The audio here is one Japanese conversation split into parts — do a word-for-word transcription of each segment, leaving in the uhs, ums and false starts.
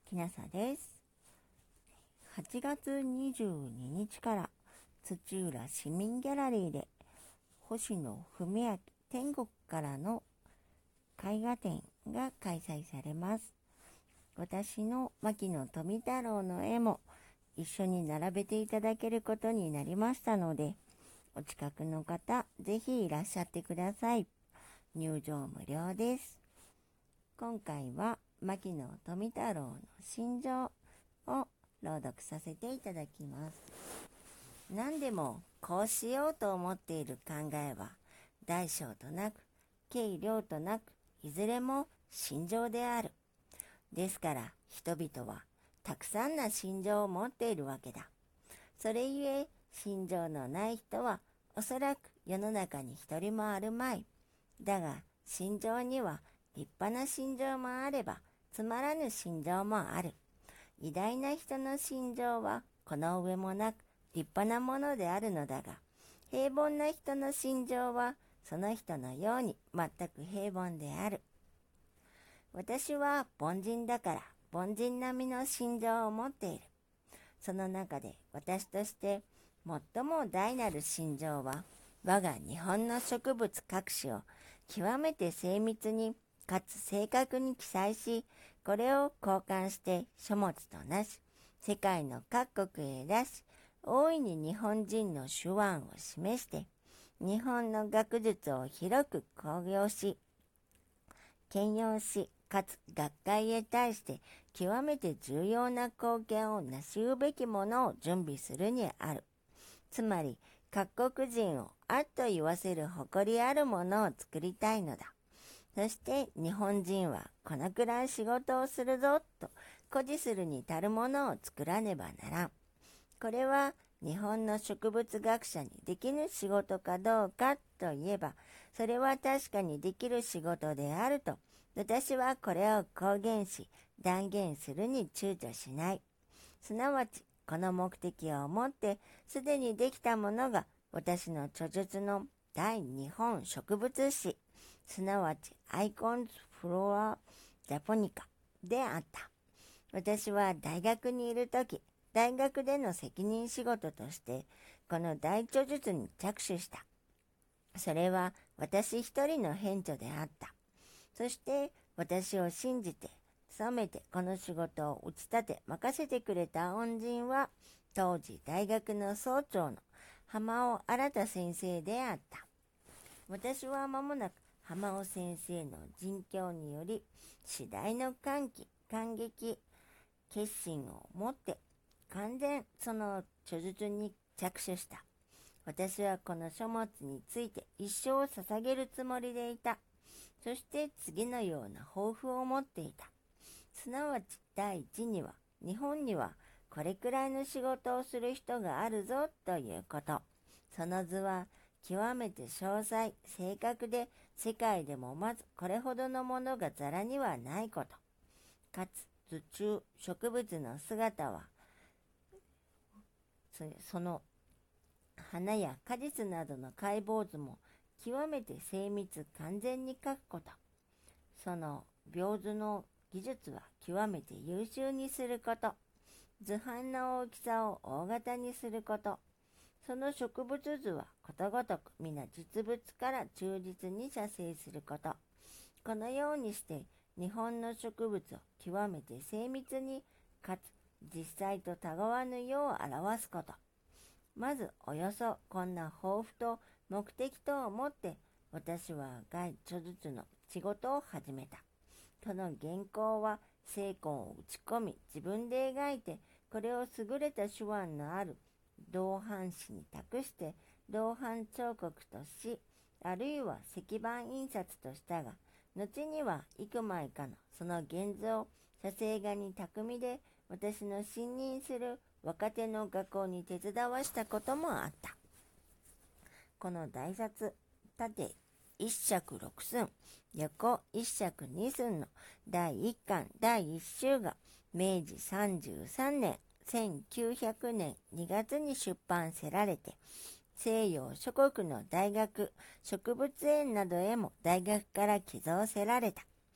きなさです。はちがつにじゅうににちから土浦市民ギャラリーで星野文明天国からの絵画展が開催されます。私の牧野富太郎の絵も一緒に並べていただけることになりましたので、お近くの方ぜひいらっしゃってください。入場無料です。今回は牧野富太郎の心情を朗読させていただきます。何でもこうしようと思っている考えは大小となく軽量となくいずれも心情である。ですから人々はたくさんな心情を持っているわけだ。それゆえ心情のない人はおそらく世の中に一人もあるまい。だが心情には立派な心情もあればつまらぬ心情もある。偉大な人の心情はこの上もなく立派なものであるのだが、平凡な人の心情はその人のように全く平凡である。私は凡人だから凡人並みの心情を持っている。その中で私として最も大なる心情は、我が日本の植物各種を極めて精密にかつ正確に記載し、これを交換して書物となし、世界の各国へ出し、大いに日本人の手腕を示して、日本の学術を広く興行し、兼用し、かつ学会へ対して極めて重要な貢献を成し得べきものを準備するにある。つまり、各国人をあっと言わせる誇りあるものを作りたいのだ。そして日本人はこのくらい仕事をするぞと誇示するに足るものを作らねばならん。これは日本の植物学者にできぬ仕事かどうかといえば、それは確かにできる仕事であると、私はこれを公言し断言するに躊躇しない。すなわちこの目的をもってすでにできたものが私の著述の大日本植物誌、すなわちアイコンズ・フロア・ジャポニカであった。私は大学にいるとき、大学での責任仕事としてこの大著述に着手した。それは私一人の偏著であった。そして私を信じて努めてこの仕事を打ち立て任せてくれた恩人は当時大学の総長の浜尾新先生であった。私は間もなく浜尾先生の尽教により次第の歓喜感激決心を持って完全その著述に着手した。私はこの書物について一生を捧げるつもりでいた。そして次のような抱負を持っていた。すなわち第一には日本にはこれくらいの仕事をする人があるぞということ。その図は極めて詳細正確で世界でもまずこれほどのものがざらにはないこと。かつ図中植物の姿はその花や果実などの解剖図も極めて精密完全に描くこと。その描図の技術は極めて優秀にすること。図版の大きさを大型にすること。その植物図はことごとく皆実物から忠実に写生すること。このようにして日本の植物を極めて精密にかつ実際とたがわぬよう表すこと。まずおよそこんな抱負と目的とをもって私は外著述の仕事を始めた。その原稿は精魂を打ち込み自分で描いて、これを優れた手腕のある銅版師に託して銅版彫刻とし、あるいは石版印刷としたが、後には幾枚かのその現像写生画に巧みで私の信任する若手の画工に手伝わしたこともあった。この大冊縦一尺六寸横一尺二寸のだいいっかんだいいっ週がめいじさんじゅうさんねんせんきゅうひゃくねんにがつに出版せられて、西洋諸国の大学植物園などへも大学から寄贈せられた。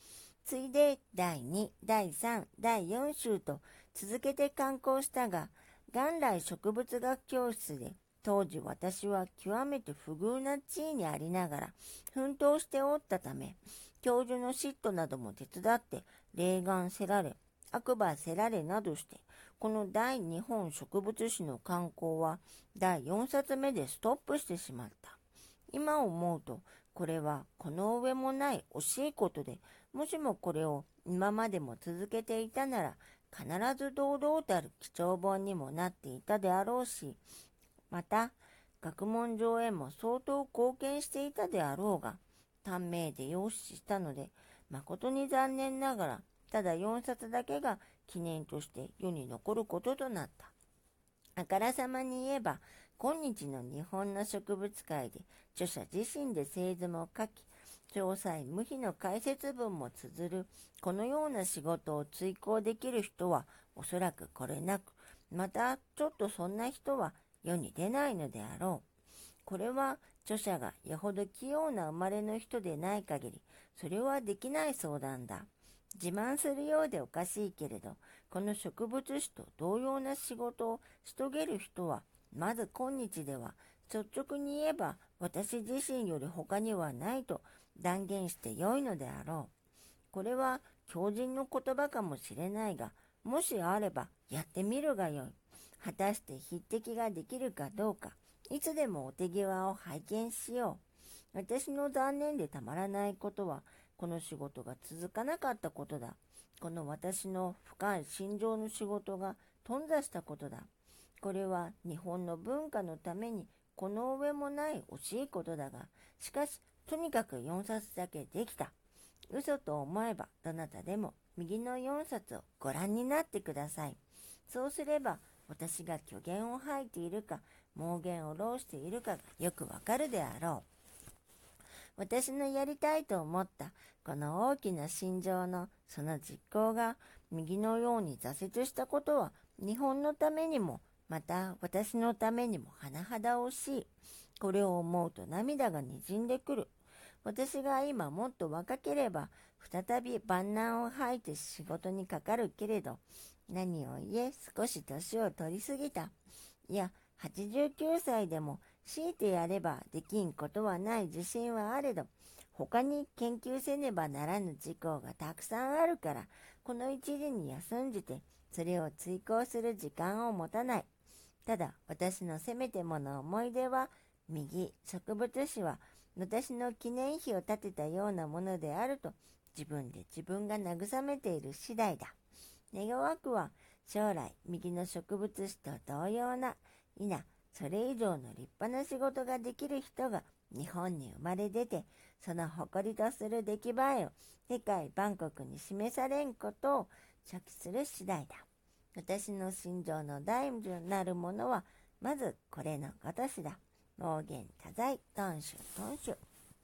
ついでだいに、だいさん、だいよん週と続けて刊行したが、元来植物学教室で当時私は極めて不遇な地位にありながら奮闘しておったため、教授の嫉妬なども手伝って霊眼せられ、悪魔せられなどして、この第日本植物誌の刊行はだいよんさつめでストップしてしまった。今思うと、これはこの上もない惜しいことで、もしもこれを今までも続けていたなら、必ず堂々たる貴重本にもなっていたであろうし、また、学問上へも相当貢献していたであろうが、短命で養子したので、誠に残念ながら、ただよんさつだけが記念として世に残ることとなった。あからさまに言えば、今日の日本の植物界で著者自身で製図も書き、詳細無比の解説文も綴るこのような仕事を追行できる人はおそらくこれなく、またちょっとそんな人は世に出ないのであろう。これは著者がよほど器用な生まれの人でない限り、それはできない相談だ。自慢するようでおかしいけれど、この植物誌と同様な仕事をし遂げる人は、まず今日では率直に言えば私自身より他にはないと断言してよいのであろう。これは強靭の言葉かもしれないが、もしあればやってみるがよい。果たして匹敵ができるかどうか、いつでもお手際を拝見しよう。私の残念でたまらないことは、この仕事が続かなかったことだ。この私の深い心情の仕事が頓挫したことだ。これは日本の文化のためにこの上もない惜しいことだが、しかしとにかくよんさつだけできた。嘘と思えばどなたでも右のよんさつをご覧になってください。そうすれば私が虚言を吐いているか妄言を漏しているかがよくわかるであろう。私のやりたいと思ったこの大きな心情のその実行が右のように挫折したことは日本のためにもまた私のためにも甚だ惜しい。これを思うと涙がにじんでくる。私が今もっと若ければ再び万難を吐いて仕事にかかるけれど、何を言え少し年を取りすぎた。いやはちじゅうきゅうさいでも強いてやればできんことはない自信はあれど、他に研究せねばならぬ事項がたくさんあるから、この一時に休んじてそれを追考する時間を持たない。ただ私のせめてもの思い出は、右植物誌は私の記念碑を立てたようなものであると自分で自分が慰めている次第だ。願わくは将来右の植物誌と同様な、いなそれ以上の立派な仕事ができる人が日本に生まれ出て、その誇りとする出来栄えを世界万国に示されんことを書記する次第だ。私の心情の大事なるものはまずこれのごとしだ。妄言多罪、頓首頓首。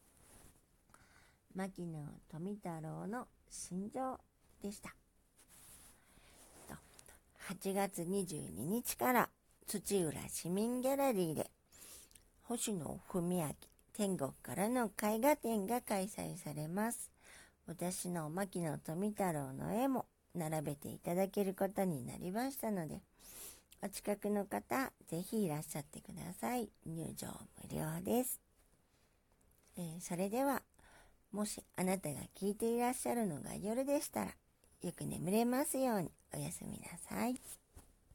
牧野富太郎の心情でした。はちがつにじゅうににちから土浦市民ギャラリーで星野文明天国からの絵画展が開催されます。私の牧野富太郎の絵も並べていただけることになりましたので、お近くの方ぜひいらっしゃってください。入場無料です。えー、それではもしあなたが聞いていらっしゃるのが夜でしたら、よく眠れますようにおやすみなさい。